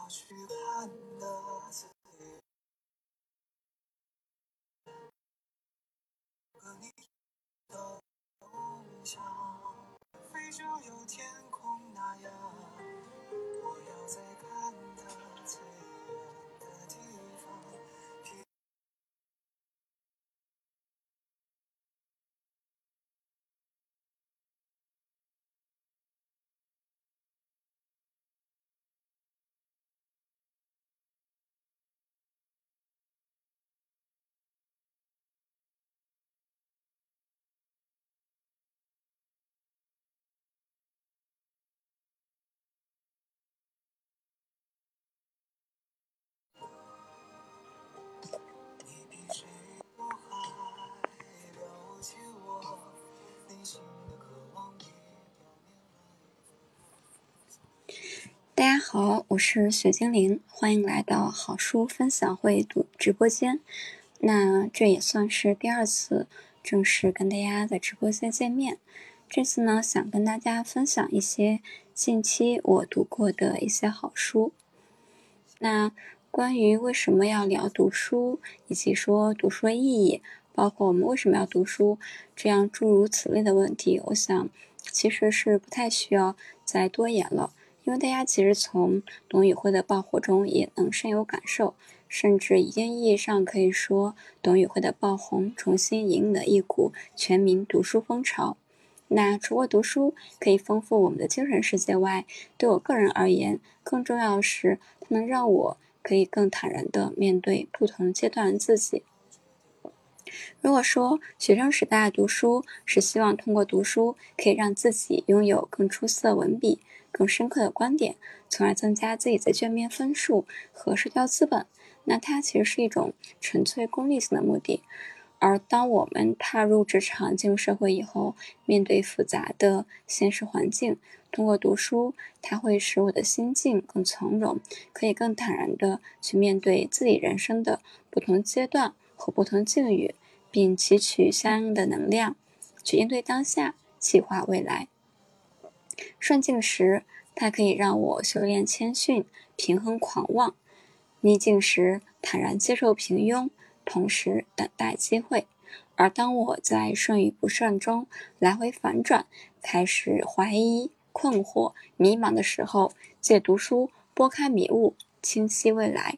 大家好，我是雪精灵，欢迎来到好书分享会直播间。那这也算是第2次正式跟大家在直播间见面。这次呢，想跟大家分享一些近期我读过的一些好书。那关于为什么要聊读书，以及说读书的意义，包括我们为什么要读书，这样诸如此类的问题，我想其实是不太需要再多言了。因为大家其实从董宇辉的爆火中也能深有感受，甚至一定意义上可以说，董宇辉的爆红重新引领了一股全民读书风潮。那除了读书可以丰富我们的精神世界外，对我个人而言，更重要的是它能让我可以更坦然地面对不同阶段的自己。如果说学生时代读书是希望通过读书可以让自己拥有更出色的文笔、更深刻的观点，从而增加自己的卷面分数和社交资本，那它其实是一种纯粹功利性的目的。而当我们踏入职场、进入社会以后，面对复杂的现实环境，通过读书，它会使我的心境更从容，可以更坦然地去面对自己人生的不同阶段和不同境遇，并汲取相应的能量，去应对当下，计划未来。顺境时，它可以让我修炼谦逊，平衡狂妄；逆境时，坦然接受平庸，同时等待机会。而当我在顺与不顺中来回反转，开始怀疑、困惑、迷茫的时候，借读书拨开迷雾，清晰未来。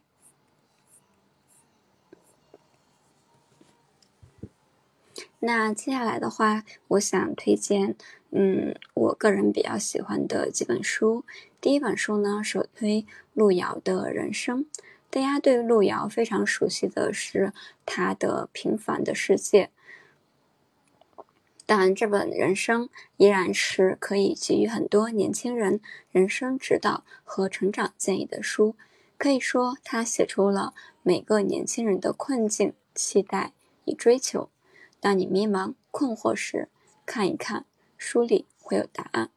那接下来的话，我想推荐我个人比较喜欢的几本书。第一本书呢，首推路遥的人生。大家对路遥非常熟悉的是他的平凡的世界，但这本人生依然是可以给予很多年轻人人生指导和成长建议的书。可以说他写出了每个年轻人的困境、期待与追求。当你迷茫困惑时，看一看书里会有答案。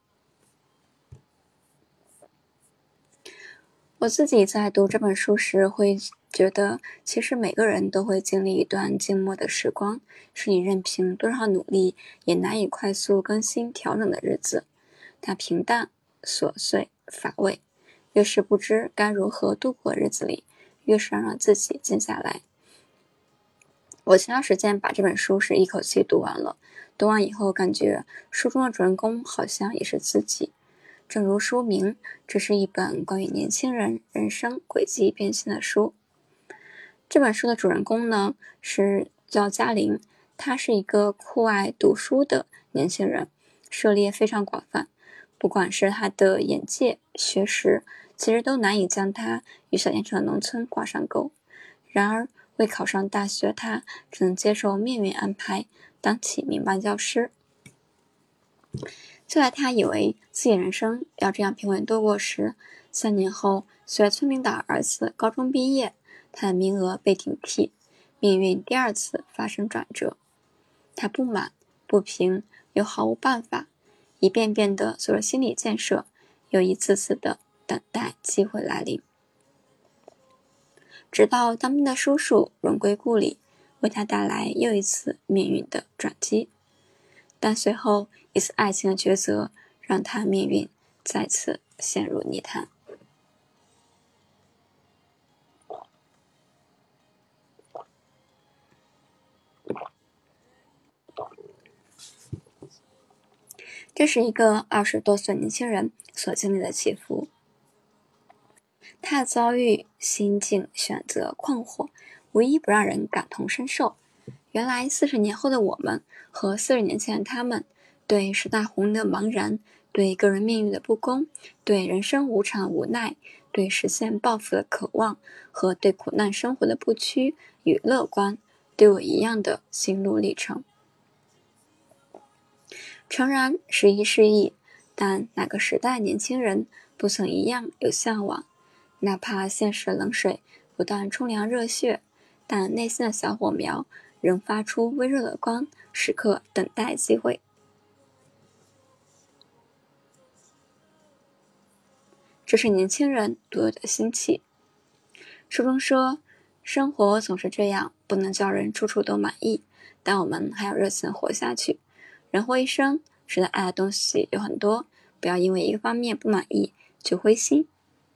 我自己在读这本书时会觉得，其实每个人都会经历一段静默的时光，是你任凭多少努力也难以快速更新调整的日子。它平淡、琐碎、乏味，越是不知该如何度过日子里，越是让自己静下来。我前段时间把这本书是一口气读完了，读完以后感觉书中的主人公好像也是自己。正如书名，这是一本关于年轻人人生轨迹变迁的书。这本书的主人公呢，是叫嘉玲，他是一个酷爱读书的年轻人，涉猎非常广泛，不管是他的眼界、学识，其实都难以将他与小县城的农村挂上钩。然而未考上大学，他只能接受命运安排，当起民办教师。就在他以为自己人生要这样平稳度过时，3年后，随着村民的儿子高中毕业，他的名额被顶替，命运第2次发生转折。他不满、不平，又毫无办法，一遍遍地做了心理建设，又一次次地等待机会来临。直到当兵的叔叔荣归故里，为他带来又一次命运的转机。但随后一次爱情的抉择，让他命运再次陷入泥潭。 这是一个20多岁年轻人所经历的起伏。他的遭遇、心境、选择、困惑，无一不让人感同身受。原来40年后的我们和40年前的他们，对时代洪流的茫然，对个人命运的不公，对人生无常无奈，对实现抱负的渴望和对苦难生活的不屈与乐观，都有一样的心路历程。诚然时移世易，但哪个时代年轻人不曾一样有向往？哪怕现实冷水不断冲凉热血，但内心的小火苗仍发出微弱的光，时刻等待机会。这是年轻人独有的心气。书中说，生活总是这样，不能叫人处处都满意，但我们还要热情活下去。人活一生，值得爱的东西有很多，不要因为一个方面不满意就灰心。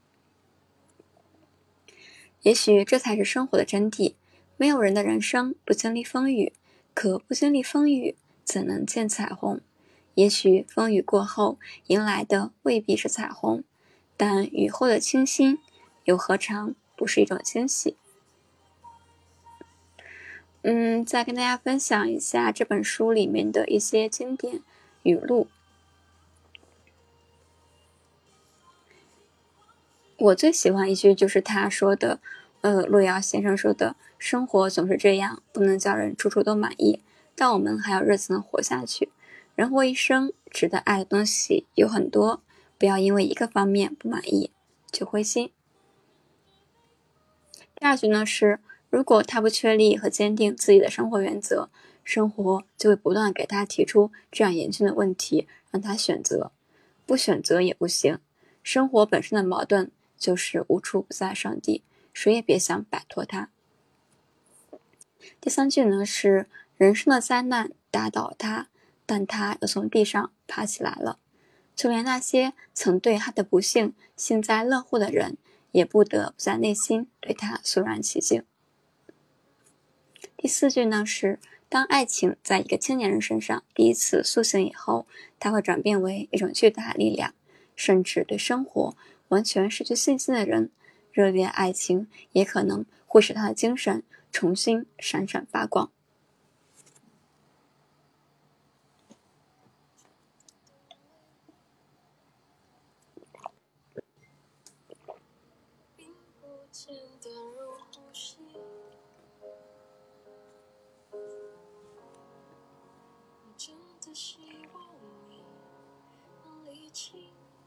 也许这才是生活的真谛。没有人的人生不经历风雨，可不经历风雨，怎能见彩虹？也许风雨过后，迎来的未必是彩虹，但雨后的清新，又何尝不是一种惊喜？再跟大家分享一下这本书里面的一些经典语录。我最喜欢一句就是他说的，路遥先生说的，生活总是这样，不能叫人处处都满意，但我们还要热情的活下去。人活一生，值得爱的东西有很多，不要因为一个方面不满意就灰心。第二句呢是，如果他不确立和坚定自己的生活原则，生活就会不断给他提出这样严峻的问题，让他选择，不选择也不行。生活本身的矛盾就是无处不在上帝，谁也别想摆脱它。第三句呢是，人生的灾难打倒他，但他又从地上爬起来了。就连那些曾对他的不幸幸灾乐祸的人，也不得不在内心对他肃然起敬。第四句呢是，当爱情在一个青年人身上第一次苏醒以后，它会转变为一种巨大的力量，甚至对生活完全失去信心的人，热烈爱情也可能会使他的精神重新闪闪发光。 简单如呼吸，我真的希望你能理清，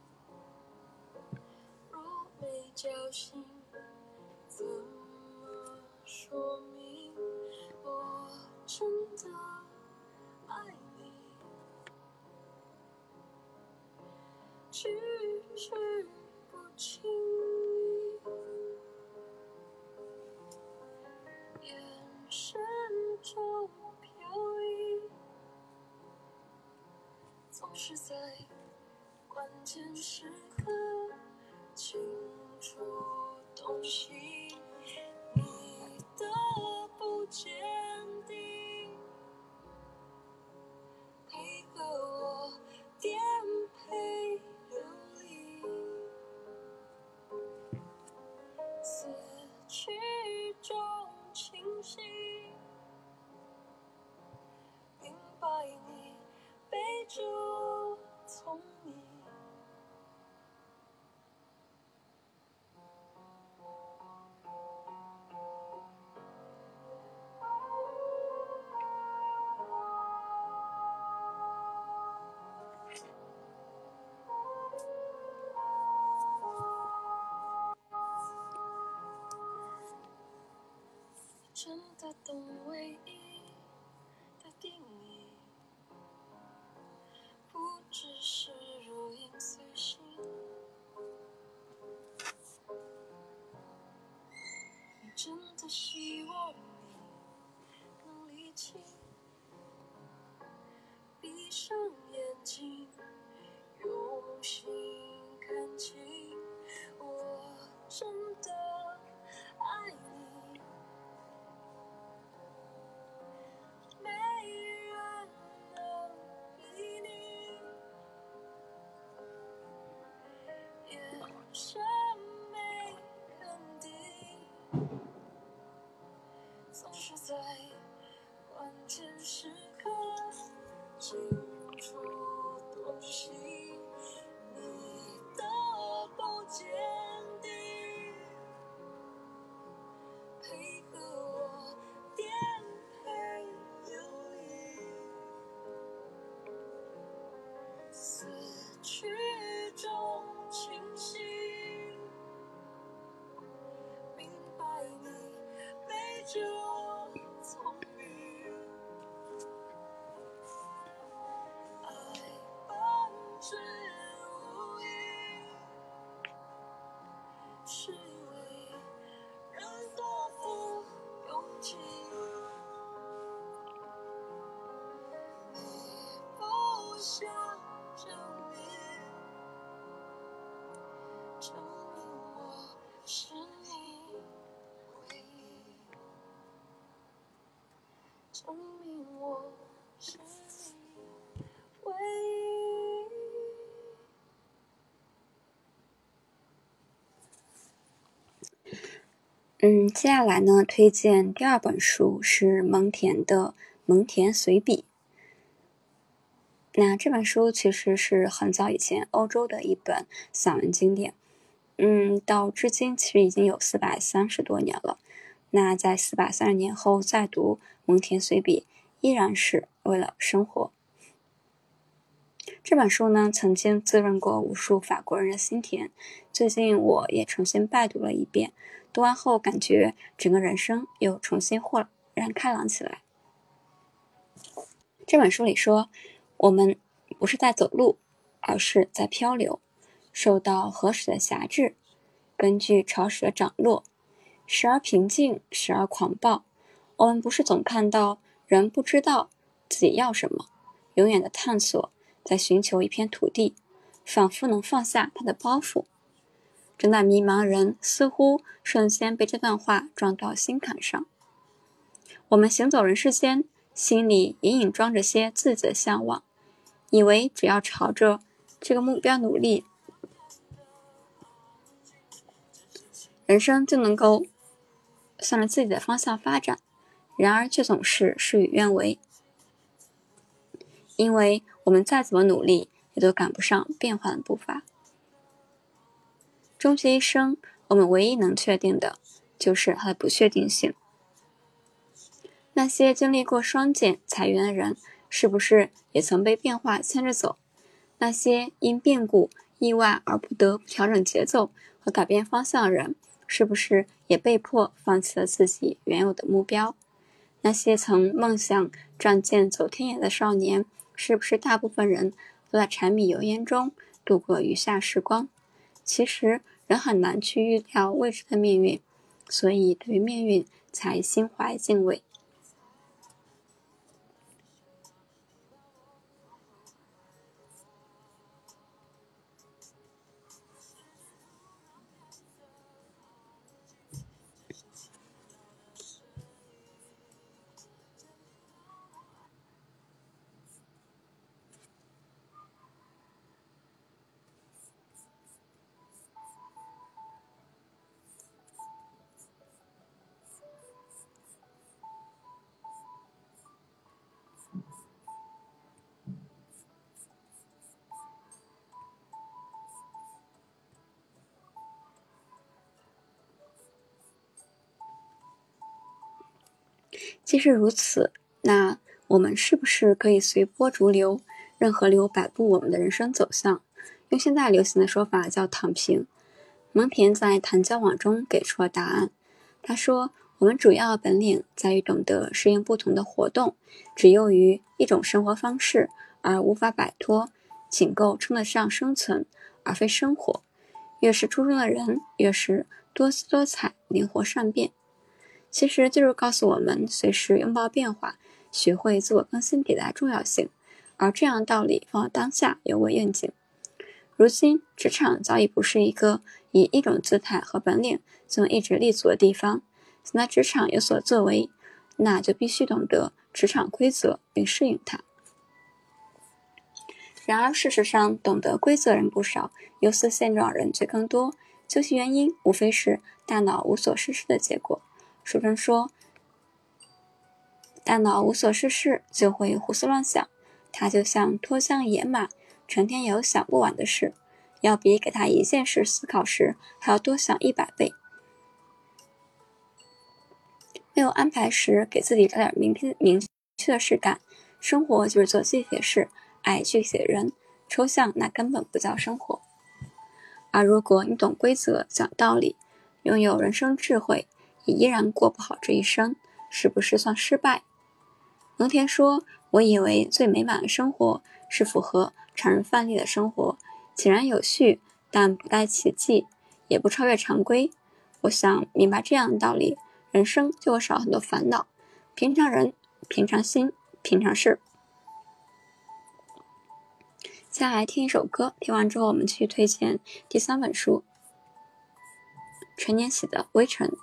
若没交心，怎么说明我真的爱你？句句不经意，眼神中飘逸，总是在关键时刻清楚洞悉你的不坚定，配合我颠沛流离，思绪中清晰，明白你背着我从你。真的懂唯一的定义，不只是如影随形。我真的希望你能理清，闭上眼睛，用心看清，我真的爱你。没人能比你时刻清楚洞悉你的不坚定，配合我颠沛流离，思绪中清晰，明白你背着我从雨，爱伴之无意，是为人多富拥挤，你不想证明我是你唯一，证明我是你唯一。 接下来呢，推荐第二本书是蒙恬的《蒙恬随笔》。那这本书其实是很早以前欧洲的一本散文经典，到至今其实已经有430多年了。那在430年后再读《蒙恬随笔》，依然是为了生活。这本书呢，曾经滋润过无数法国人的心田。最近我也重新拜读了一遍，读完后感觉整个人生又重新豁然开朗起来。这本书里说，我们不是在走路，而是在漂流，受到河水的辖制，根据潮水的涨落，时而平静，时而狂暴。我们不是总看到人不知道自己要什么，永远的探索，在寻求一片土地，仿佛能放下他的包袱。正在迷茫人似乎瞬间被这段话撞到心坎上。我们行走人世间，心里隐隐装着些自己的向往，以为只要朝着这个目标努力，人生就能够向着自己的方向发展，然而却总是事与愿违。因为我们再怎么努力，也都赶不上变化的步伐。终其一生，我们唯一能确定的，就是它的不确定性。那些经历过双减裁员的人，是不是也曾被变化牵着走？那些因变故、意外而不得不调整节奏和改变方向的人，是不是也被迫放弃了自己原有的目标？那些曾梦想仗剑走天涯的少年，是不是大部分人都在柴米油盐中度过余下时光？其实人很难去预料未知的命运，所以对于命运才心怀敬畏。既是如此，那我们是不是可以随波逐流，任河流摆布我们的人生走向？用现在流行的说法叫躺平。蒙恬在谈交往中给出了答案。他说，我们主要的本领在于懂得适应不同的活动，只用于一种生活方式，而无法摆脱，仅够称得上生存，而非生活。越是出众的人，越是多姿多彩，灵活善变。其实就是告诉我们随时拥抱变化，学会自我更新迭代的重要性，而这样的道理放到当下尤为应景。如今职场早已不是一个以一种姿态和本领就能一直立足的地方，想在职场有所作为，那就必须懂得职场规则并适应它。然而事实上，懂得规则人不少，忧思现状人却更多，究其原因，无非是大脑无所事事的结果。书中说， 大脑无所事事，就会胡思乱想。它就像脱缰野马，成天有想不完的事，要比给它一件事思考时还要多想100倍。没有安排时，给自己找点明确的事干。生活就是做具体的事，爱具体的人，抽象那根本不叫生活。而如果你懂规则、讲道理，拥有人生智慧，也依然过不好这一生，是不是算失败？农田说，我以为最美满的生活是符合常人范例的生活，井然有序，但不带奇迹，也不超越常规。我想明白这样的道理，人生就会少很多烦恼。平常人，平常心，平常事。接下来听一首歌，听完之后我们继续推荐第3本书，陈年喜的《微尘》。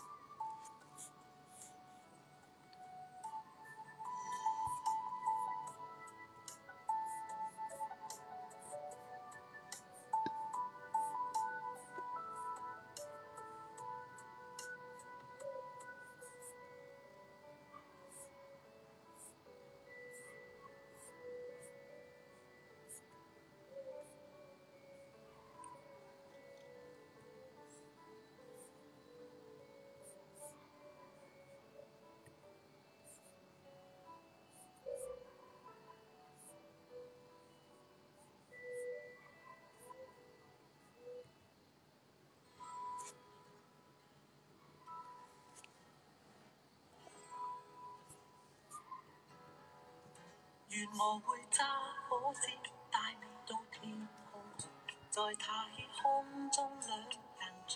願我會揸火箭帶你到天空，在太空中兩人住，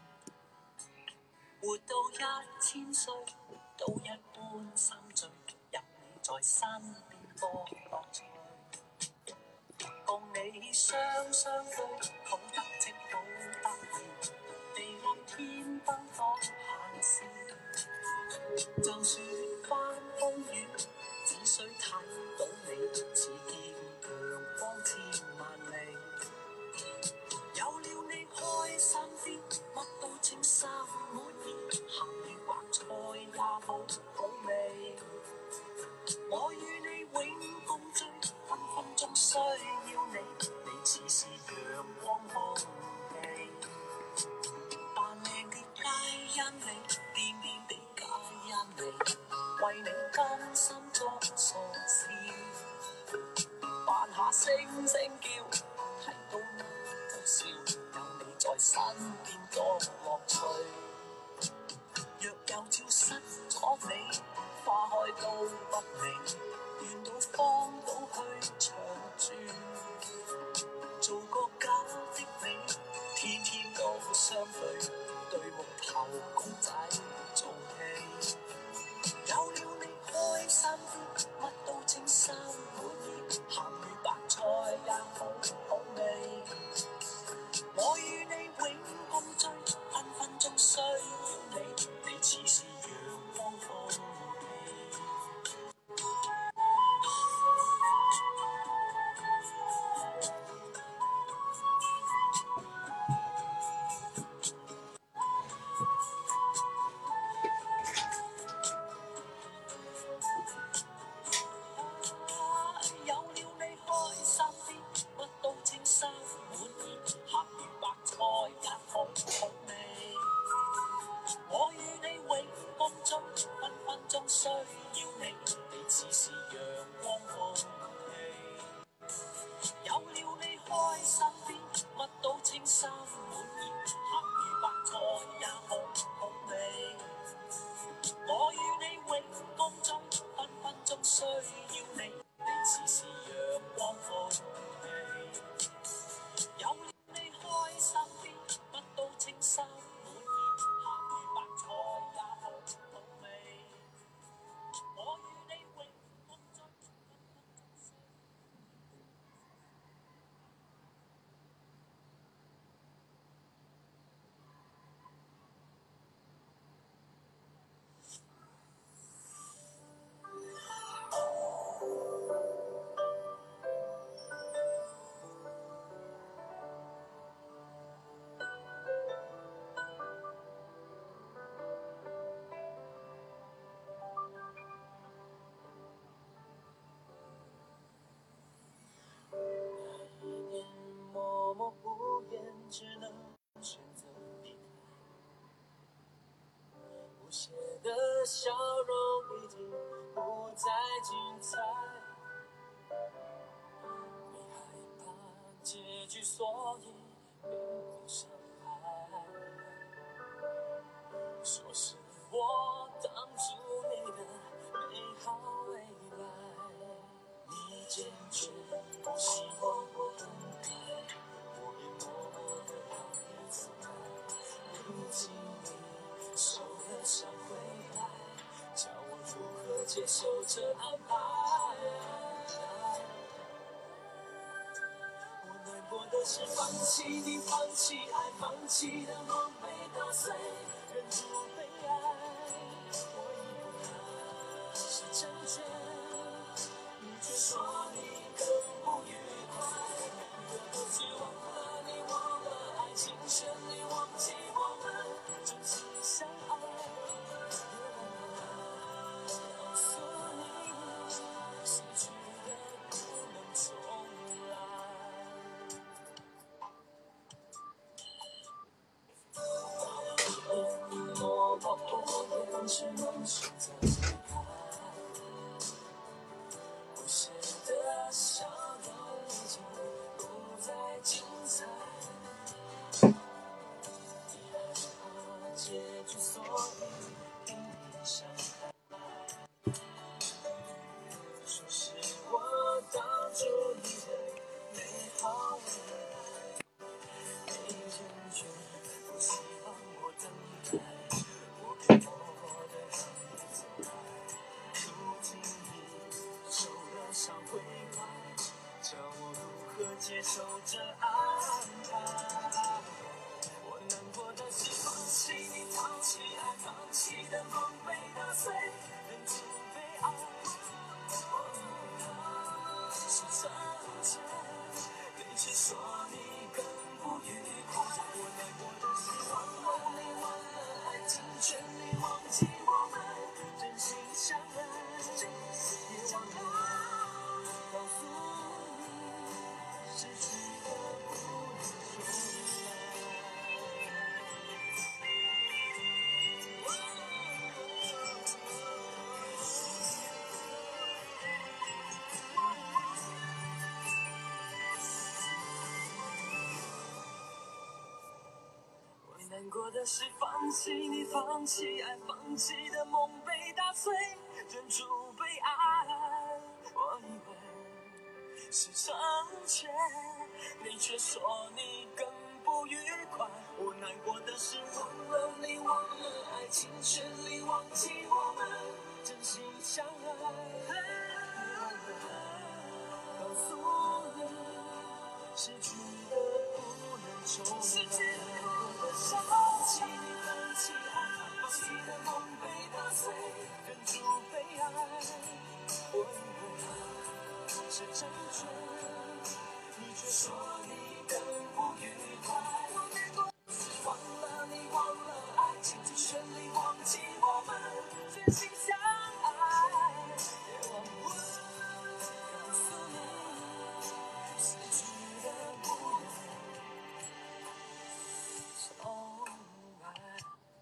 活到1000歲，都一般心醉，有你在身邊多樂趣，共你雙雙對，好得戚好得意，地老天崩當閒事。就算翻風雨，只需睇到你，似見陽光千萬里。有了你開心啲，乜都稱心滿意，鹹魚白菜也好好味。我與你永共聚，分分鐘需要你，你似是陽光空氣。扮靚嘅皆因你，癲癲地皆因你，為你甘心作傻事，扮下星星叫，睇到你都笑，有你在身邊多樂趣。若有朝失咗你，花開都不美，願到荒島去長住，做個假的你，天天都相對，對木頭公仔做戲。有了你開心啲，乜都稱心滿意，鹹魚白菜也好好味。我與你永共聚，分分鐘需要你，你似是陽光空氣。 的笑容已经不再精彩，没害怕结局，所以没有伤害。说是我挡住你的美好未来，你坚决不希望我分开，我也默默地让你走开。如今你受了伤回来，叫我如何接受这安排？我难过的是放弃你，放弃爱，放弃的梦被打碎，忍住悲哀。我以为是成全，你却说你更不愉快。我只忘了你，忘了爱情旋律，忘记我们真心相爱，也忘了告诉你，失去的不能重来。默默不言，只能守在离开。不屑的笑容已经不再精彩，你害怕结局，所以拼命伤害。说是我挡住你的美好未来，没人却不希望我等待，我默默地让你走开。如今你受了伤回来，叫我如何接受这安排？我难过的是放弃你，放弃爱，放弃的梦被打碎，忍住悲哀。我以为是成全，你却说你更不愉快。我难过的是忘了你，忘了爱情旋律，忘记我们真心相爱，也忘了告诉你，失去的不能重来。我难过的是放弃你，放弃爱，放弃的梦被打碎，忍住悲哀。我以为是成全，你却说你更不愉快。我难过的是忘了你，忘了爱情旋律，忘记我们真心相爱，告诉你，失去的不能重来。失去的放弃你，放弃爱，放弃的梦被打碎，忍住悲哀。我以为是成全，你却说你更不愉快。我难过是忘了你，忘了爱情旋律，忘记我们真心相爱，也忘了告诉你，失去的不能重来。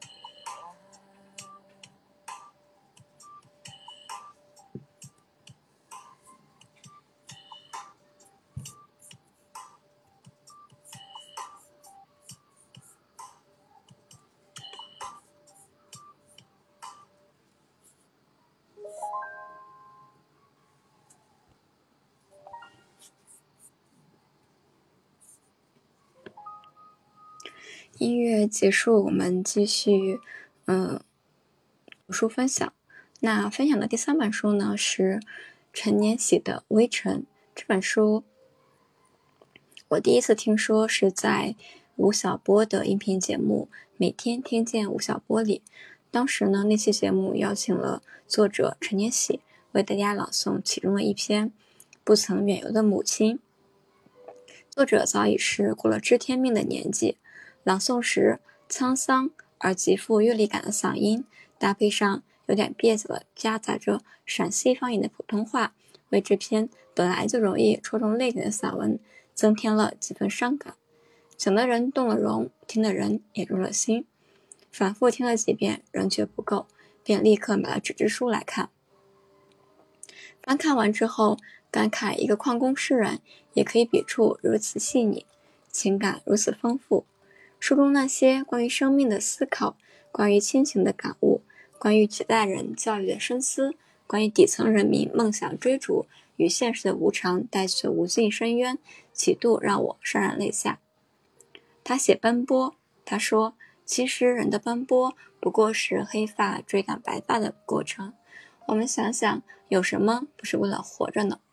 音乐结束，我们继续读书分享。那分享的第3本书呢是陈年喜的《微尘》。这本书我第一次听说是在吴晓波的音频节目《每天听见吴晓波》里。当时呢，那期节目邀请了作者陈年喜为大家朗诵其中的一篇《不曾远游的母亲》。作者早已是过了知天命的年纪，朗诵时沧桑而极富阅历感的嗓音，搭配上有点蹩脚的夹杂着陕西方言的普通话，为这篇本来就容易戳中泪点的散文增添了几分伤感。讲的人动了容，听的人也入了心。反复听了几遍仍觉不够， 便立刻买了纸质书来看。翻看完之后，感慨一个矿工诗人也可以笔触如此细腻，情感如此丰富。书中那些关于生命的思考，关于亲情的感悟，关于几代人教育的深思，关于底层人民梦想追逐与现实的无常带去的无尽深渊，几度让我潸然泪下。他写奔波，他说，其实人的奔波不过是黑发追赶白发的过程。我们想想，有什么不是为了活着呢？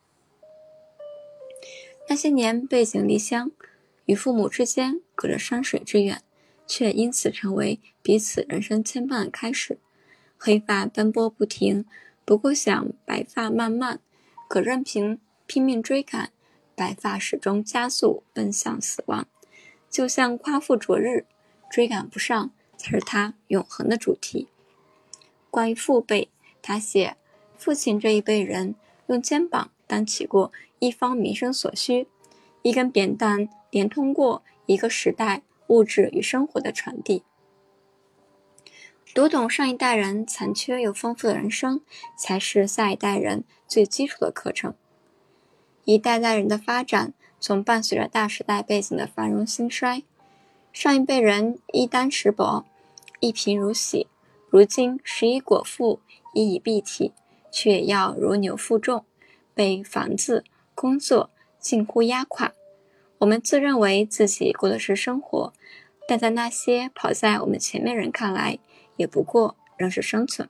那些年背井离乡，与父母之间隔着山水之远，却因此成为彼此人生牵绊的开始。黑发奔波不停，不过想白发漫漫，可任凭拼命追赶，白发始终加速奔向死亡。就像夸父逐日，追赶不上才是他永恒的主题。关于父辈，他写，父亲这一辈人用肩膀担起过一方民生所需，一根扁担连通过一个时代物质与生活的传递。读懂上一代人残缺又丰富的人生，才是下一代人最基础的课程。一代代人的发展，总伴随着大时代背景的繁荣兴衰。上一辈人衣单食薄，一贫如洗，如今食以果腹，衣以蔽体，却也要如牛负重，被房子、工作近乎压垮。我们自认为自己过的是生活，但在那些跑在我们前面人看来，也不过仍是生存。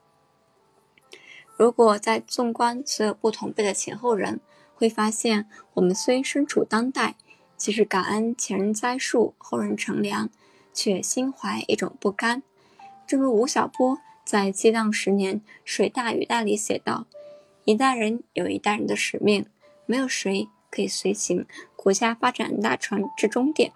如果再纵观所有不同辈的前后人，会发现我们虽身处当代，即使感恩前人栽树后人乘凉，却心怀一种不甘。正如吴晓波在《激荡10年水大雨大》里写道，一代人有一代人的使命，没有谁可以随行国家发展大船至终点。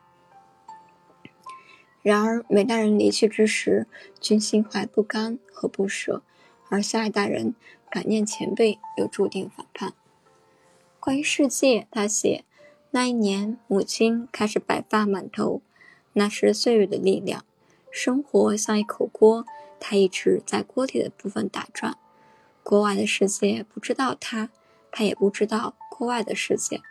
然而每代人离去之时，均心怀不甘和不舍，而下一代人感念前辈，又注定反叛。关于世界，他写，那一年母亲开始白发满头，那是岁月的力量。生活像一口锅，他一直在锅底的部分打转。国外的世界不知道他，他也不知道国外的世界。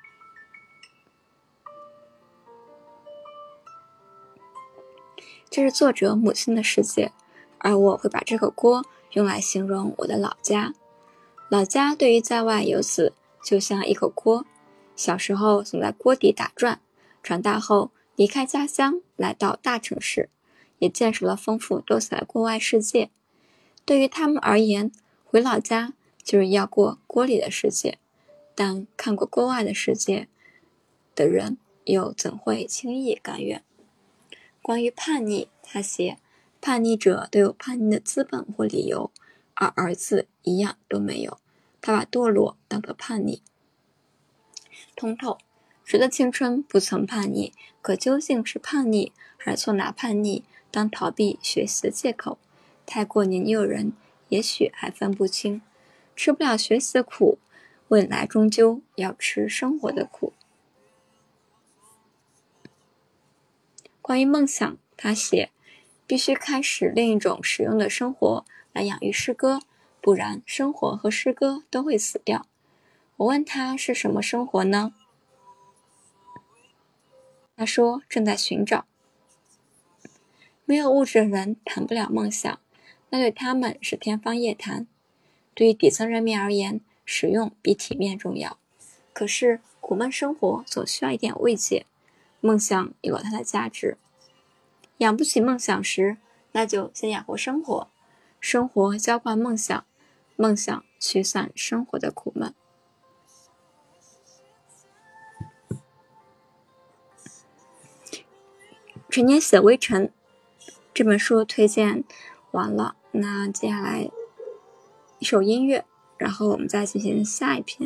这是作者母亲的世界，而我会把这个锅用来形容我的老家。老家对于在外游子就像一口锅，小时候总在锅底打转，长大后离开家乡来到大城市，也见识了丰富多彩的国外世界。对于他们而言，回老家就是要过锅里的世界，但看过锅外的世界的人又怎会轻易甘愿？关于叛逆，他写，叛逆者都有叛逆的资本或理由，而儿子一样都没有。他把堕落当作叛逆。通透，谁的青春不曾叛逆？可究竟是叛逆，还是错拿叛逆当逃避学习的借口？太过年幼人也许还分不清，吃不了学习的苦，未来终究要吃生活的苦。关于梦想，他写，必须开始另一种实用的生活来养育诗歌，不然生活和诗歌都会死掉。我问他是什么生活呢？他说正在寻找。没有物质的人谈不了梦想，那对他们是天方夜谭。对于底层人民而言，实用比体面重要。可是苦闷生活总需要一点慰藉，梦想有了它的价值。养不起梦想时，那就先养活生活，生活浇灌梦想，梦想驱散生活的苦闷。陈年写《微尘》这本书推荐完了，那接下来一首音乐，然后我们再进行下一篇。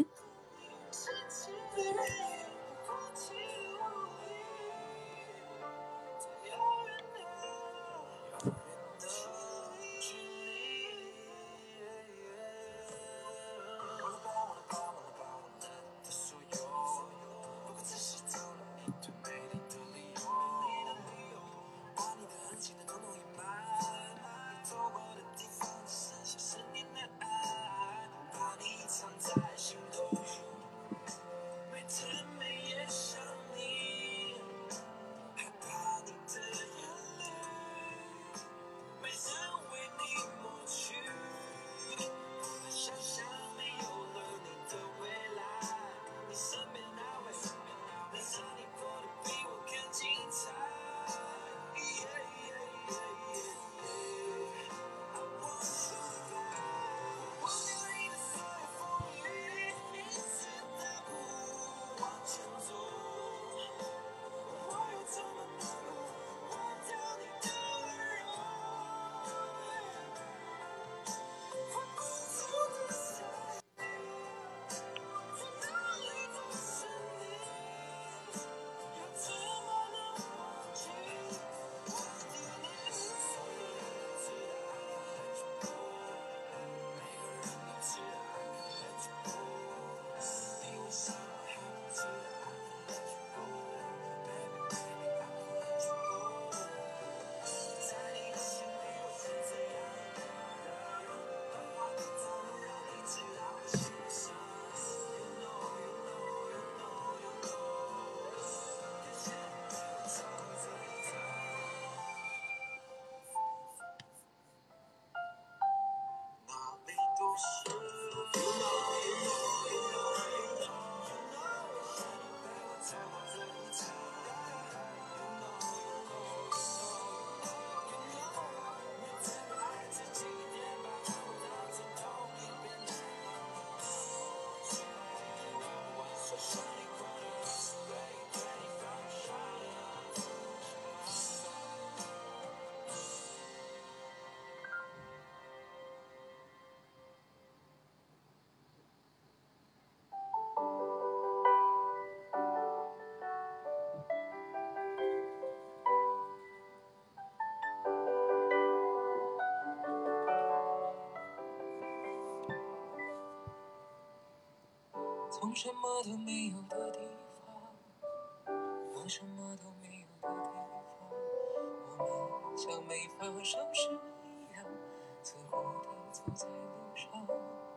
从什么都没有的地方到什么都没有的地方，我们像没发生事一样自顾地走在路上，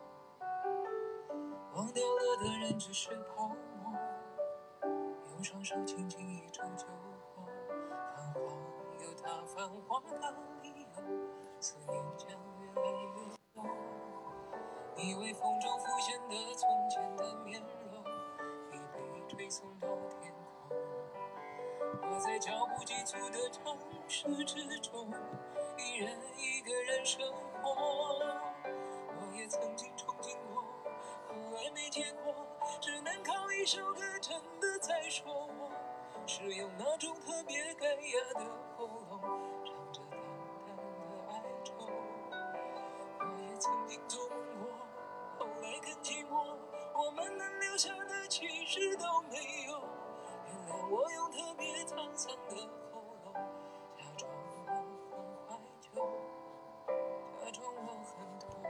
忘掉了的人只是泡沫，用双手轻轻一触就破，繁华有它繁华的理由，思念将越来越多。你微风中浮现的从前的面容，已被吹送到天空。我在脚步急促的城市之中，依然一个人生活。我也曾经憧憬过，后来没结果，只能靠一首歌真的在说我，是用那种特别干哑的喉咙，唱着淡淡的哀愁。我也曾经做梦过，后来更寂寞，我们能留下的其实都没有。原谅我用特别沧桑的喉咙，假装我很怀旧，假装我很痛。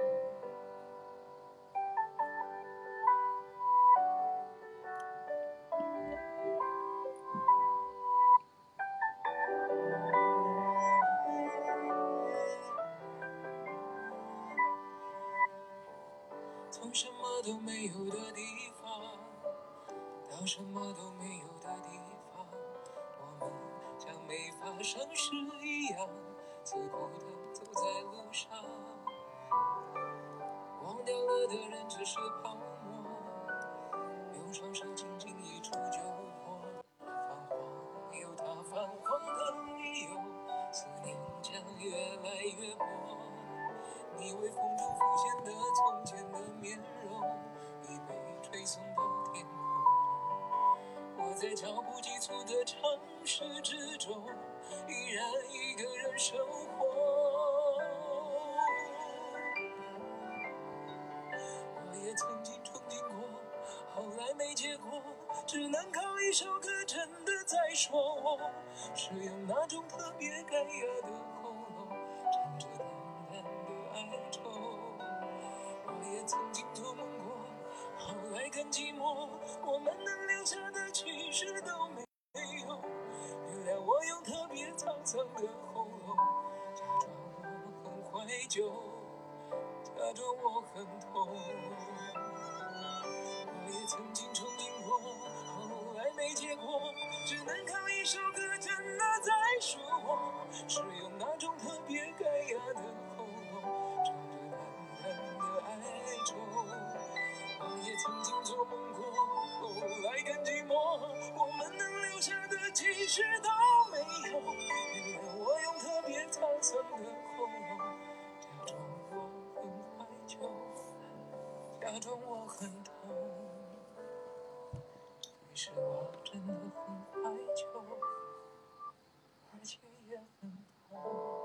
从什么都没有的地方到什么都没有的地方，我们像没发生事一样自顾地走在路上，忘掉了的人只是泡沫，用双手轻轻一触就破，繁华有它繁华的理由，思念将越来越薄。你微风中浮现的从前的面容，已被吹送到天空。我在脚步急促的城市之中，依然一个人生活。我也曾经憧憬过，后来没结果，只能靠一首歌真的在说我，是用那种特别干哑的喉咙，唱着淡淡的哀愁。我也曾经做梦过，后来更寂寞，我们能留下的其实都没有。原谅我用特别沧桑的喉咙，假装我很怀旧，假装我很痛。我也曾经憧憬过，后来没结果，只能靠一首歌真的在说我，是用那种特别干哑的喉咙，唱着淡淡的哀愁。我也曾经做梦过，后来更寂寞，我们能留下的其实都没有。原谅我用特别沧桑的喉咙，假装我很怀旧，假装我很痛。其实我真的很怀旧，而且也很痛。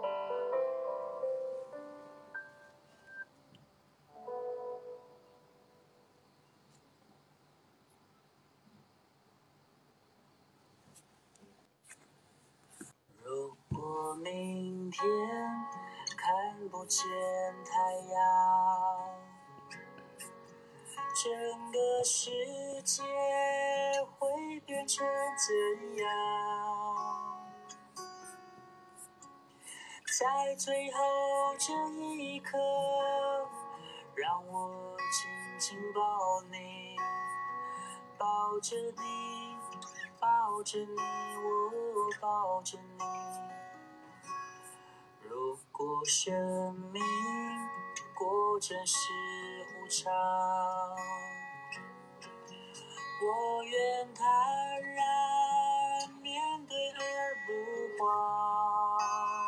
如果明天看不见太阳，整个世界会变成怎样？在最后这一刻，让我紧紧抱你，抱着你，抱着你，我抱着你。如果生命果真是无常，我愿坦然面对而不慌。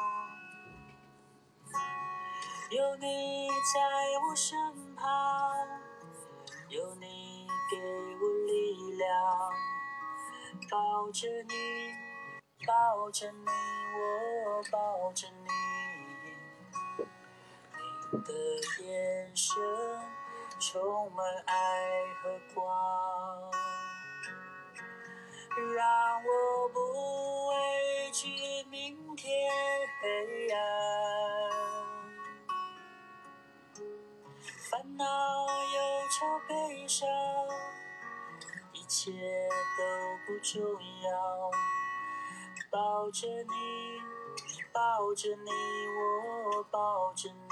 有你在我身旁，有你给我力量，抱着你，抱着你，我抱着你。你的眼神充满爱和光，让我不畏惧明天黑暗。烦恼忧愁悲伤切都不重要。抱着你，抱着你，我抱着你，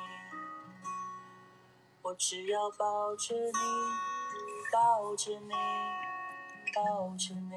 我只要抱着你，抱着你，抱着你。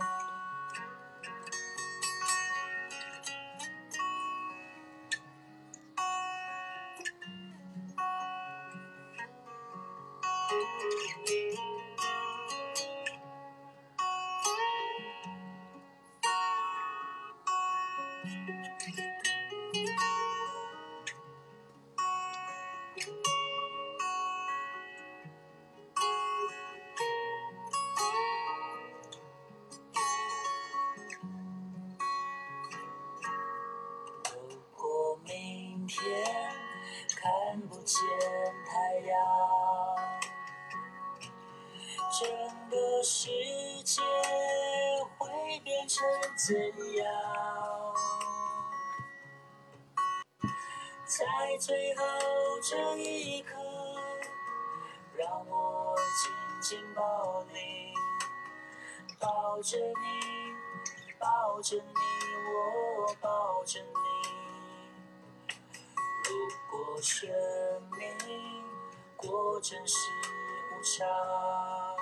如果明天看不见太阳，整个世界会变成怎样？在最后这一刻，让我紧紧抱你，抱着你，抱着你，我抱着你。如果生命果真是无常，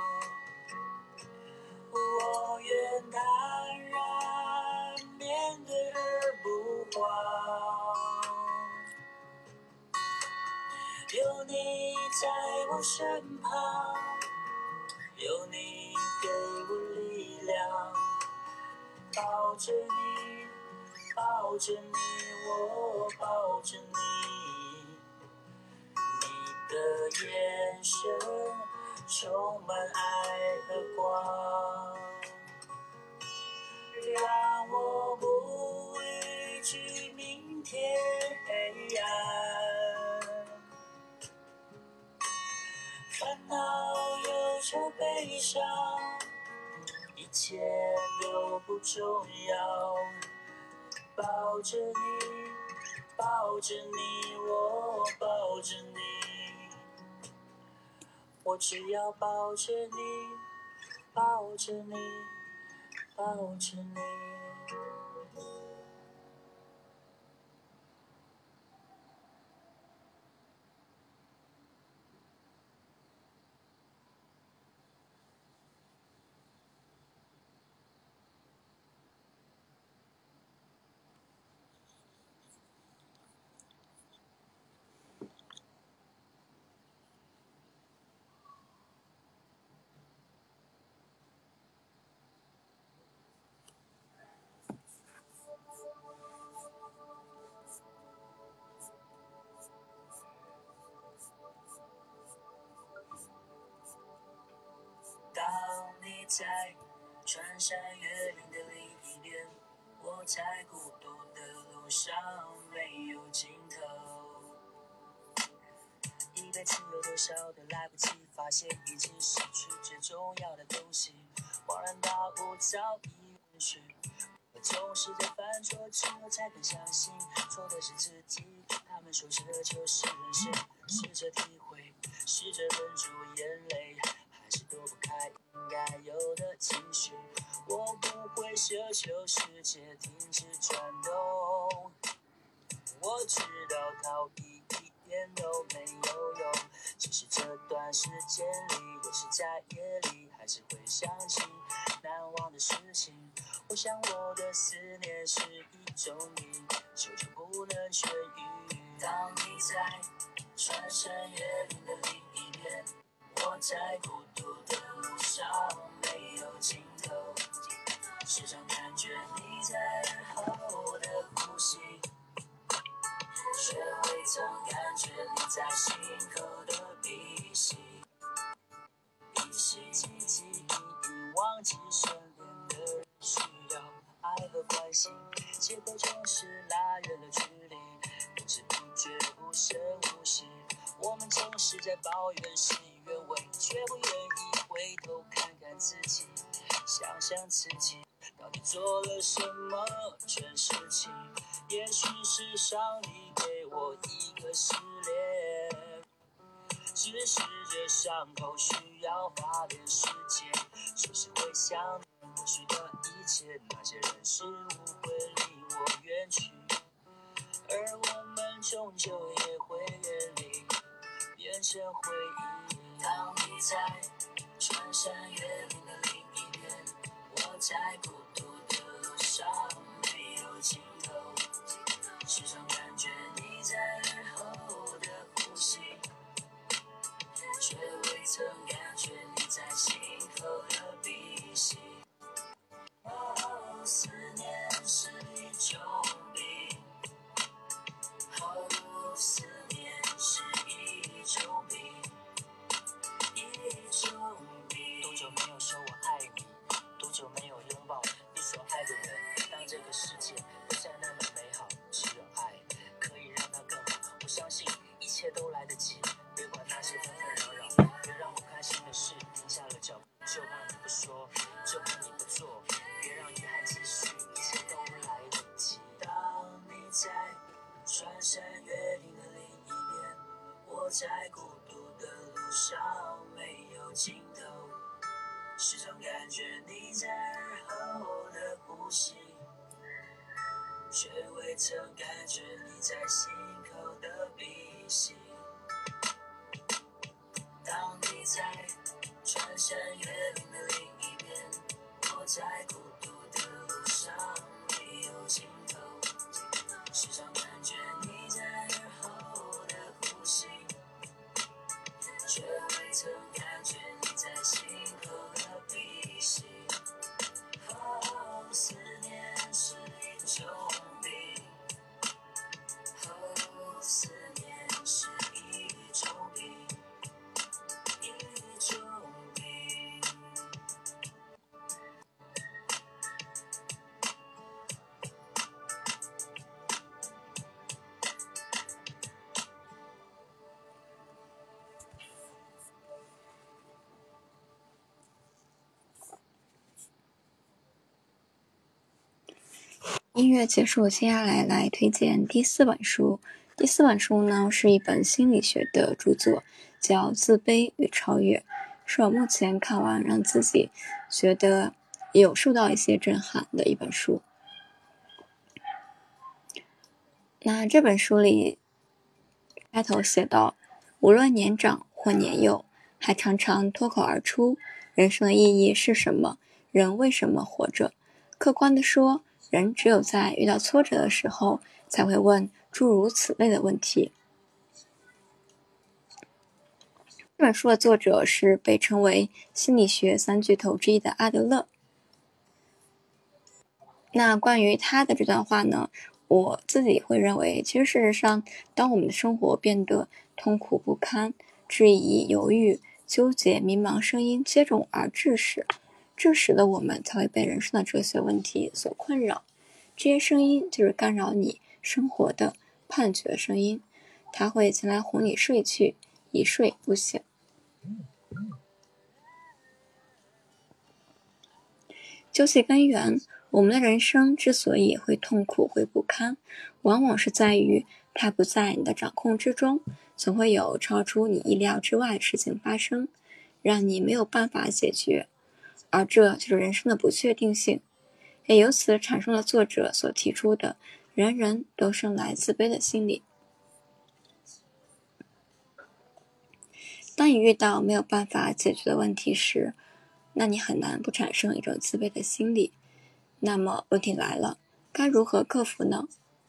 我愿坦然面对而不慌。有你在我身旁，有你给我力量，抱着你，抱着你，我抱着你。你的眼神充满爱和光，让我不畏惧明天黑暗。烦恼、忧愁、悲伤，一切都不重要。抱着你，抱着你，我抱着你，我只要抱着你，抱着你，抱着你。当你在穿山越岭的另一边，我在孤独的路上没有尽头。一辈子有多少的来不及发现，已经失去最重要的东西，恍然大悟早已远去。我总是在犯错之后才肯相信，错的是自己。他们说这就是人生，试着体会，试着忍住眼泪，还是躲不开应该有的情绪。我不会奢求世界停止转动，我知道逃避一点都没有用，只是这段时间里，有时在夜里还是会想起难忘的事情。我想我的思念是一种病，久久不能痊愈。当你在穿山越岭的另一边，我在孤独的路上没有尽头，时常感觉你在耳后的呼吸，却未曾感觉你在心口的鼻息。一息汲汲营营，忘记身边的人需要爱和关心，结果总是拉远了距离，不知不觉无声无息。我们总是在抱怨事与愿违，却不愿意回头看看自己，想想自己到底做了什么蠢事情。也许是上帝给我一个试炼，只是这伤口需要花点时间，说实想过去的一切，那些人事物会离我远去，而我们终究也会远离，变成回忆。当你在穿山越岭的另一边，我在孤独的路上没有尽头，时常感觉你在耳后的呼吸，却未曾感觉你在心头的鼻息。哦，思念是一种病，哦，思念是一种病，一种病。多久没有说我爱你？多久没有拥抱你所爱的人？当这个世界不再那么美好，只有爱可以让它更好。我相信一切都来得及，别管那些纷纷扰扰，别让我开心的事停下了脚步。就怕你不说，就怕你不做，别让遗憾继续，一切都来得及。当你在穿山越岭的另一边，我在孤独的路上没有尽头，时常感觉你在耳后的呼吸，却未曾感觉你在心口的鼻息。当你在穿山越岭的另一边，我在孤独的路上没有尽头，时常感觉你在耳后的呼吸，却未曾感觉你在心口的鼻息。哦，思念是一种病，哦，思念是一种病，一种病。 音乐结束，接下来推荐第4本书。第4本书呢是一本心理学的著作，叫《自卑与超越》，是我目前看完让自己觉得有受到一些震撼的一本书。那这本书里开头写道，无论年长或年幼，还常常脱口而出，人生的意义是什么？人为什么活着？客观地说，人只有在遇到挫折的时候，才会问诸如此类的问题。这本书的作者是被称为心理学3巨头之一的阿德勒。那关于他的这段话呢，我自己会认为，其实事实上，当我们的生活变得痛苦不堪，质疑、犹豫、纠结、迷茫声音接踵而至时，这时的我们才会被人生的哲学问题所困扰。这些声音就是干扰你生活的判决声音，它会前来哄你睡去，一睡不醒。究其根源，我们的人生之所以会痛苦会不堪，往往是在于它不在你的掌控之中，总会有超出你意料之外的事情发生，让你没有办法解决，而这就是人生的不确定性，也由此产生了作者所提出的人人都生来自卑的心理。当你遇到没有办法解决的问题时，那你很难不产生一种自卑的心理。那么问题来了，该如何克服呢？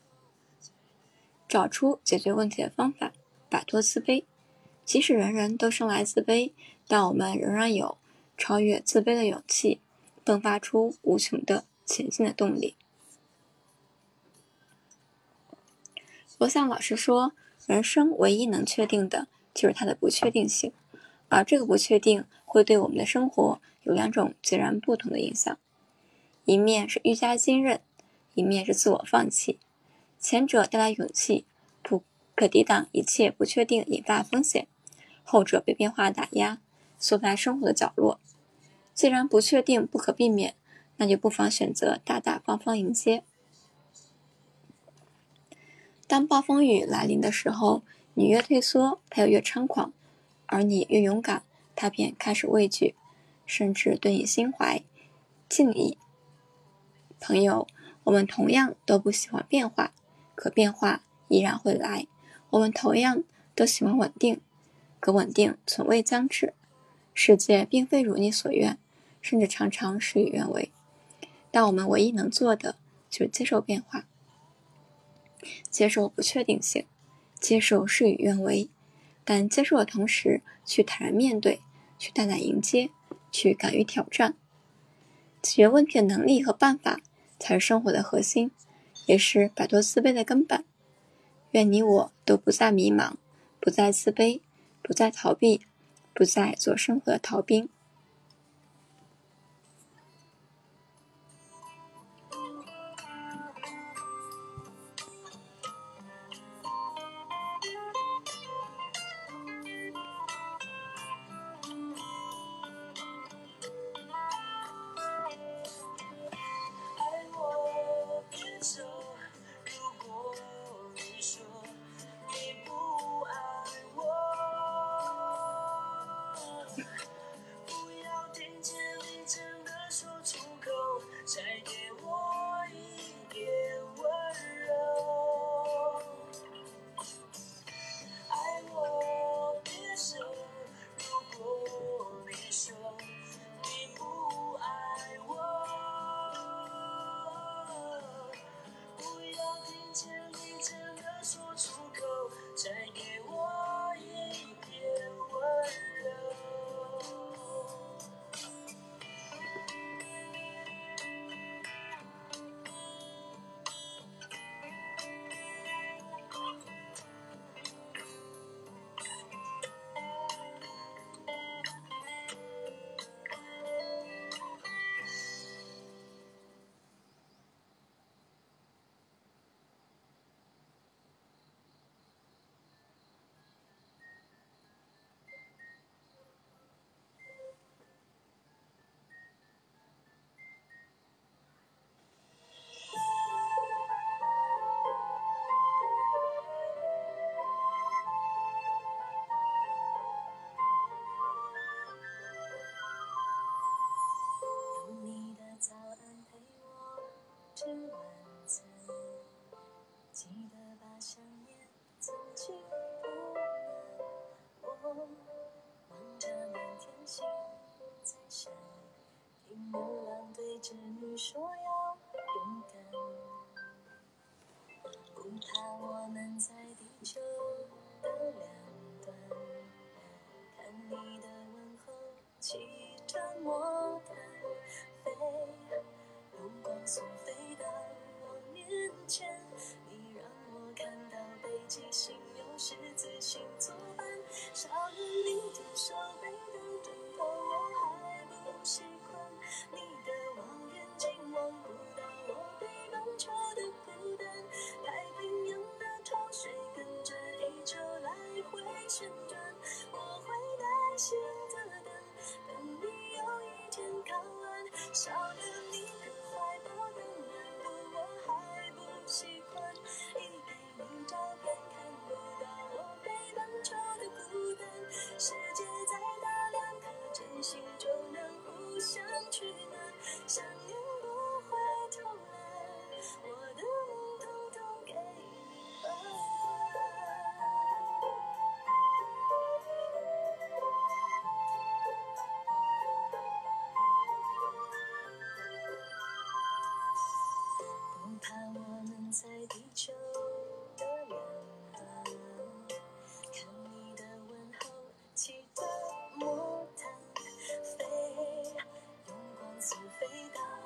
找出解决问题的方法，摆脱自卑。即使人人都生来自卑，但我们仍然有超越自卑的勇气，迸发出无穷的前进的动力。罗翔老师说，人生唯一能确定的就是它的不确定性，而这个不确定会对我们的生活有2种截然不同的影响，一面是愈加坚韧，一面是自我放弃。前者带来勇气，可抵挡一切不确定引发风险，后者被变化打压，缩在生活的角落。既然不确定不可避免，那就不妨选择大大方方迎接。当暴风雨来临的时候，你越退缩，它就越猖狂，而你越勇敢，它便开始畏惧，甚至对你心怀敬意。朋友，我们同样都不喜欢变化，可变化依然会来。我们同样都喜欢稳定，可稳定从未将至。世界并非如你所愿，甚至常常事与愿违。但我们唯一能做的就是接受变化，接受不确定性，接受事与愿违，但接受的同时去坦然面对，去大胆迎接，去敢于挑战。解决问题的能力和办法才是生活的核心，也是摆脱自卑的根本。愿你我都不再迷茫，不再自卑，不再逃避，不再做生活的逃兵。 再给我一点温柔，爱我别说，如果你说你不爱我，不要听见你真的说出口，再给我一点温柔。早安陪我吃晚餐，记得把想念藏进不安。我望着满天星在闪，听牛郎对织女说要勇敢，不怕我们在地球的两端，看你的问候骑着魔毯飞，用光速飞到我面前，你让我看到北极星有十字星作伴，少了你的手背的枕头我还不习惯，你的望远镜望不到我北半球的孤单，太平洋的潮水跟着地球来回旋转，我会耐心的等你有一天靠岸，少了你的怀抱的暖度我还不习惯，一给你照片看不到我北半球的孤单，世界再大两颗真心就能互相取暖，想念不会偷懒，我的梦统统给你吧。不怕我们在地球的两端，看你的问候骑着魔毯飞，用光速飞到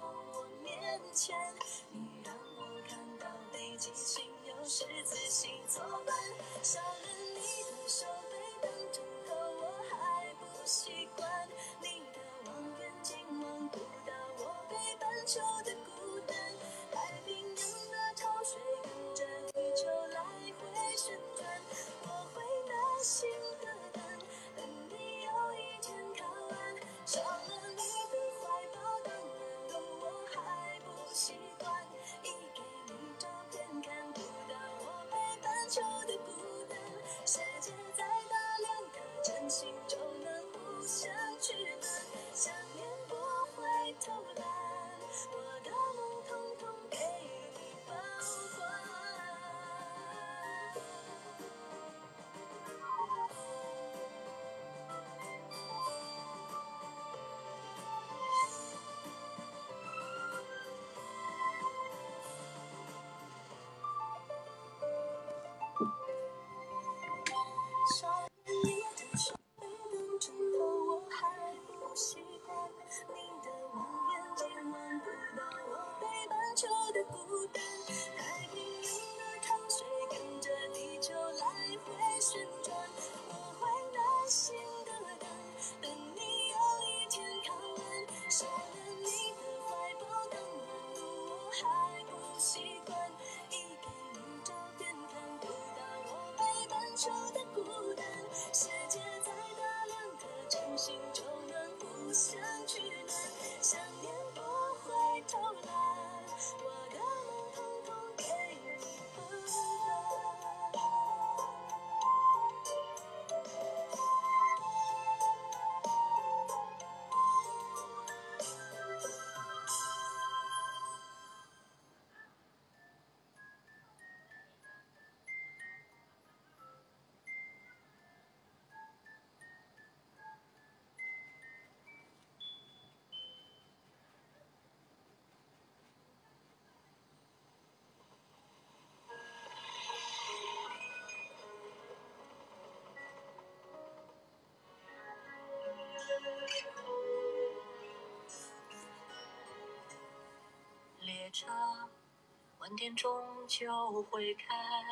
夜叉，晚点终究会开。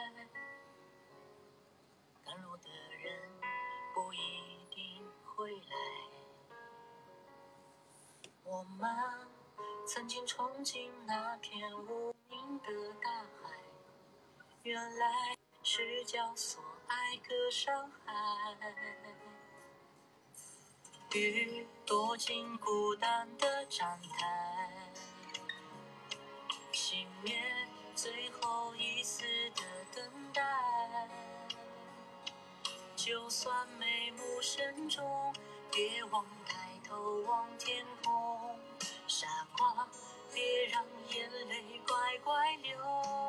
赶路的人不一定会来。我们曾经憧憬那片无垠的大海，原来是叫所爱隔山海。雨躲进孤单的站台，熄灭最后一丝的等待。就算眉目深重，别忘抬头望天空。傻瓜，别让眼泪乖乖流。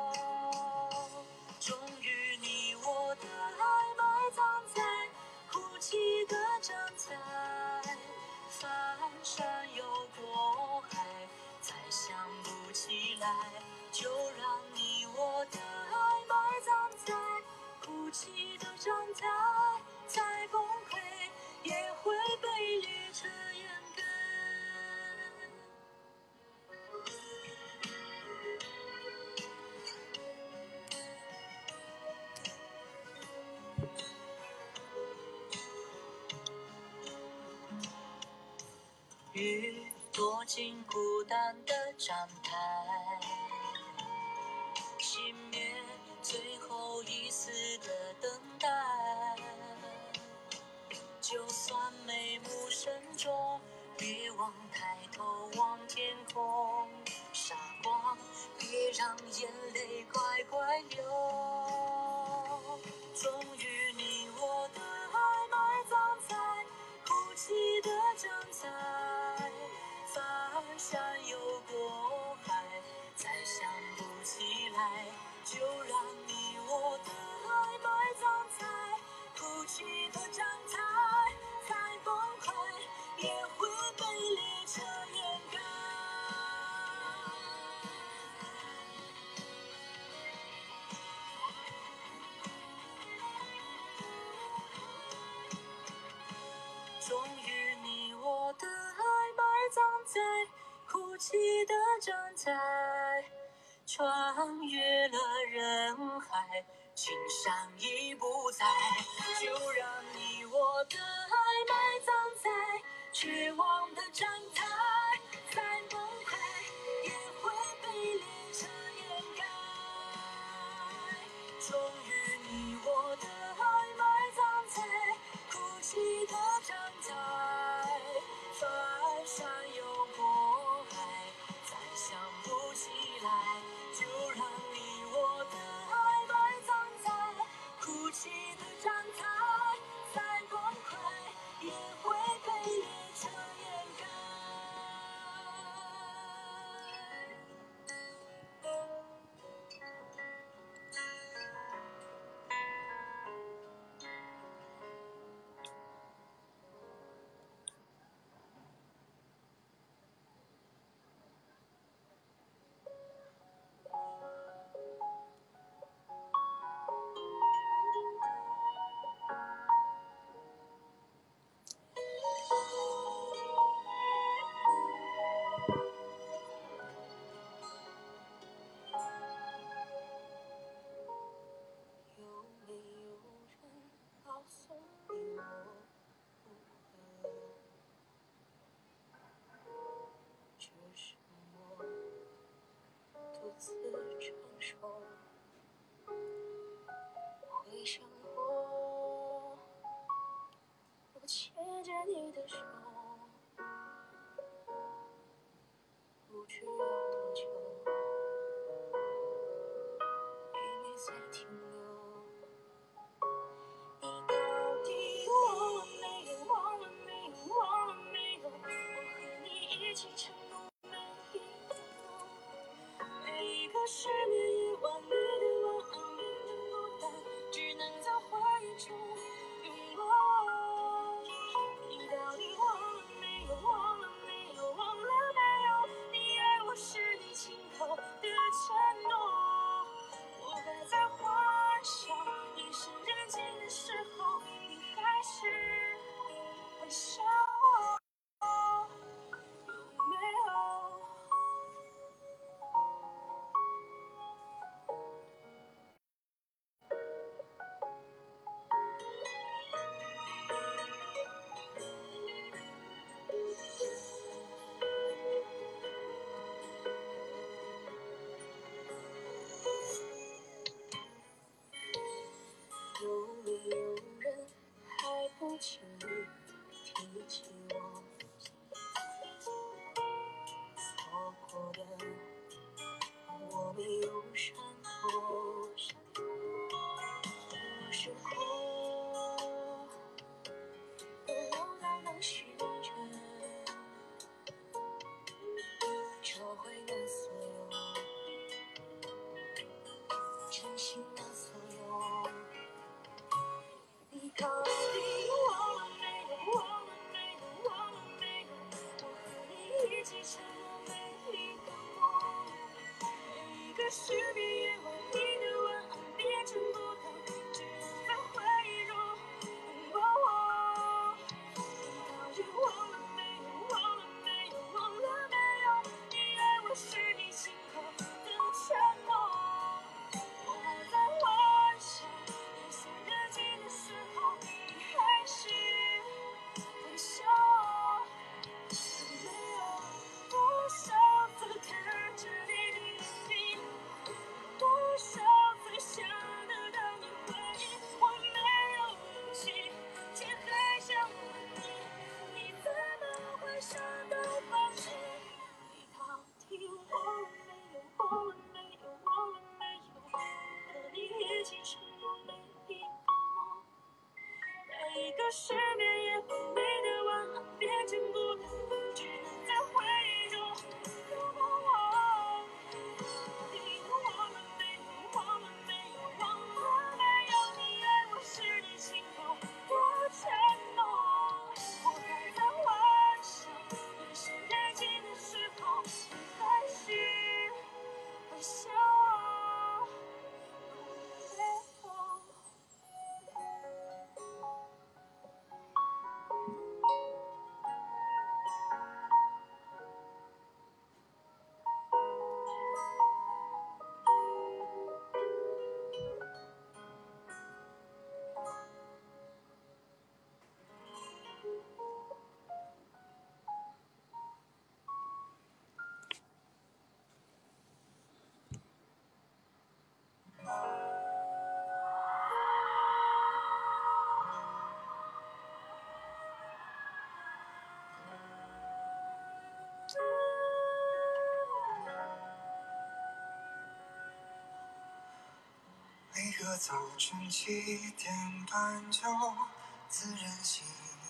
终于你我的爱埋葬在哭泣的站台，翻山又过海，才想不起来，就让你我的爱埋葬在哭泣的站台，再崩溃也会被列车掩盖。雨躲进孤单的站台，熄灭最后一丝的等待。就算眉目深重，别忘抬头望天空。傻瓜，别让眼泪乖乖流。终于你我的爱埋葬在哭泣的站台，翻山又过海，再想不起来，就让你我的爱埋葬在哭泣的站台，再崩溃也会被列车掩盖。终于你我的爱埋葬在哭泣的站台，穿越了人海，青山已不在，就让你我的爱埋葬在绝望的站台，再崩溃也会被列车掩盖。终于你我的爱埋葬在哭泣的站台，翻山又过海，再想不起来，就让你我的爱埋葬在哭泣的站台，再崩溃也会被列车掩盖。有没有人告诉你我不合？只是我独自承受。回想过，我牵着你的手，不知要多久，也没再停留。你到底忘了没有？忘了没有？忘了没有？我和你一起承诺每一个梦，每一个失眠夜晚里的晚安，没能孤单，只能在回忆中拥抱。你到底忘了没有？忘了没有？忘了没有？你爱我是你亲口的承诺，我还在怀有的我没有伤口，有时候我朗朗寻着，找回那所有，真心那所有。你到底忘了没有？忘了没有？忘了没有？我和你一起承诺每一个梦，每一个失眠夜晚，你的晚安变成孤单，只能在回忆中拥抱我。你到底忘了没有？忘了没有？忘了没有？你爱我是你心口的承诺，我还在幻想你写日记的时候，你还是微笑。没有多少次看着你的眼睛，多少次想得到你回应，我没有勇气揭开想问你，你怎么会想到放弃？你到底忘了没有？忘了没有？忘了没有？和你一起承诺每一个梦，每一个失眠夜晚，你的晚安变成孤单，只能在回忆中拥抱我。你忘了没有？忘了没有？忘了没有？你爱我是你心口的承诺，我还在幻想你写日记的时候，你还是微笑。 每个早晨7点半就自然醒，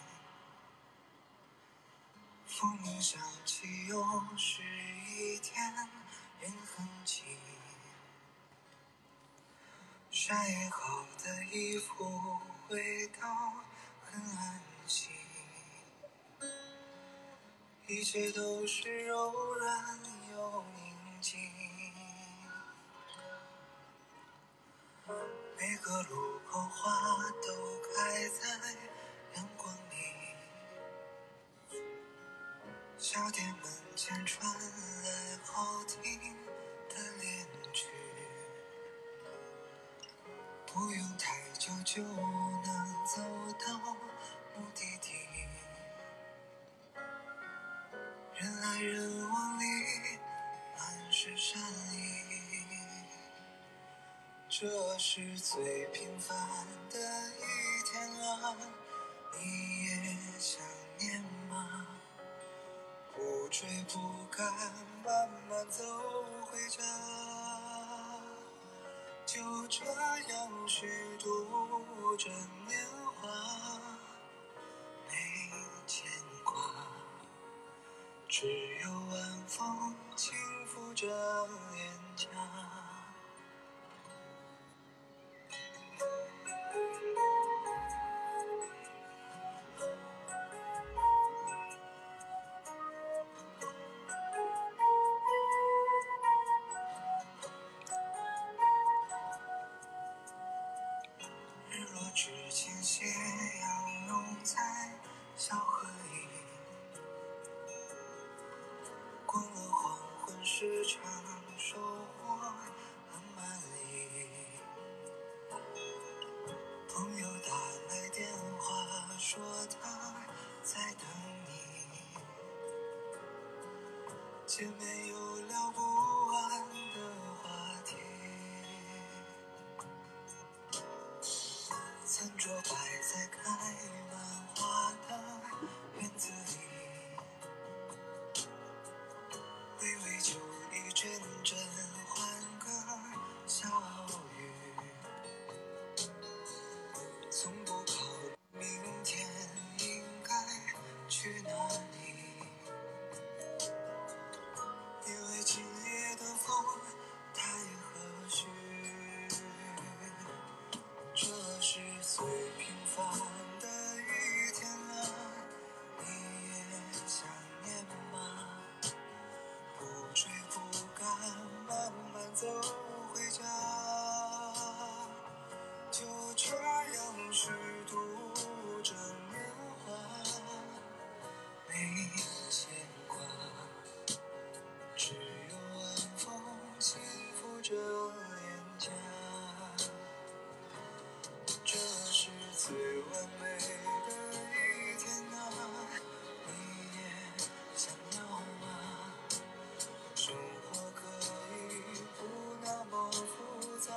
风铃响起，又是一天，人很静。晒好的衣服，味道很安心，一切都是柔软又宁静。每个路口花都开在阳光里，小店门前传来好听的恋曲，不用太久就能走到目的地，人来人往里满是善意，这是最平凡的一天啊，你也想念吗？不追不赶，慢慢走回家，就这样虚度着年华，没牵挂，只有晚风轻拂着脸颊。日落之前，斜阳融在小河里，过了黄昏时常收获很满意。朋友打来电话说他在等你，姐妹有聊不完的话题。餐桌摆在开满花的院子里，微微酒完美的一天啊，你也想要吗？生活可以不那么复杂，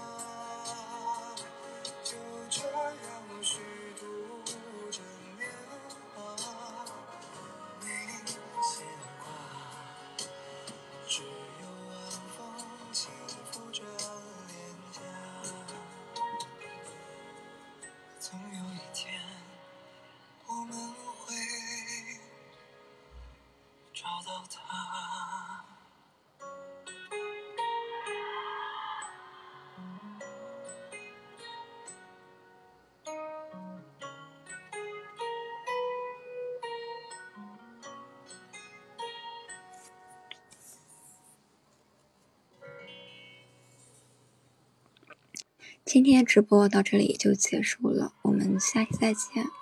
就这样虚度着年华，没牵挂，只有晚风轻拂着脸颊。总有一天，我们会找到他。 今天直播到这里就结束了，我们下期再见。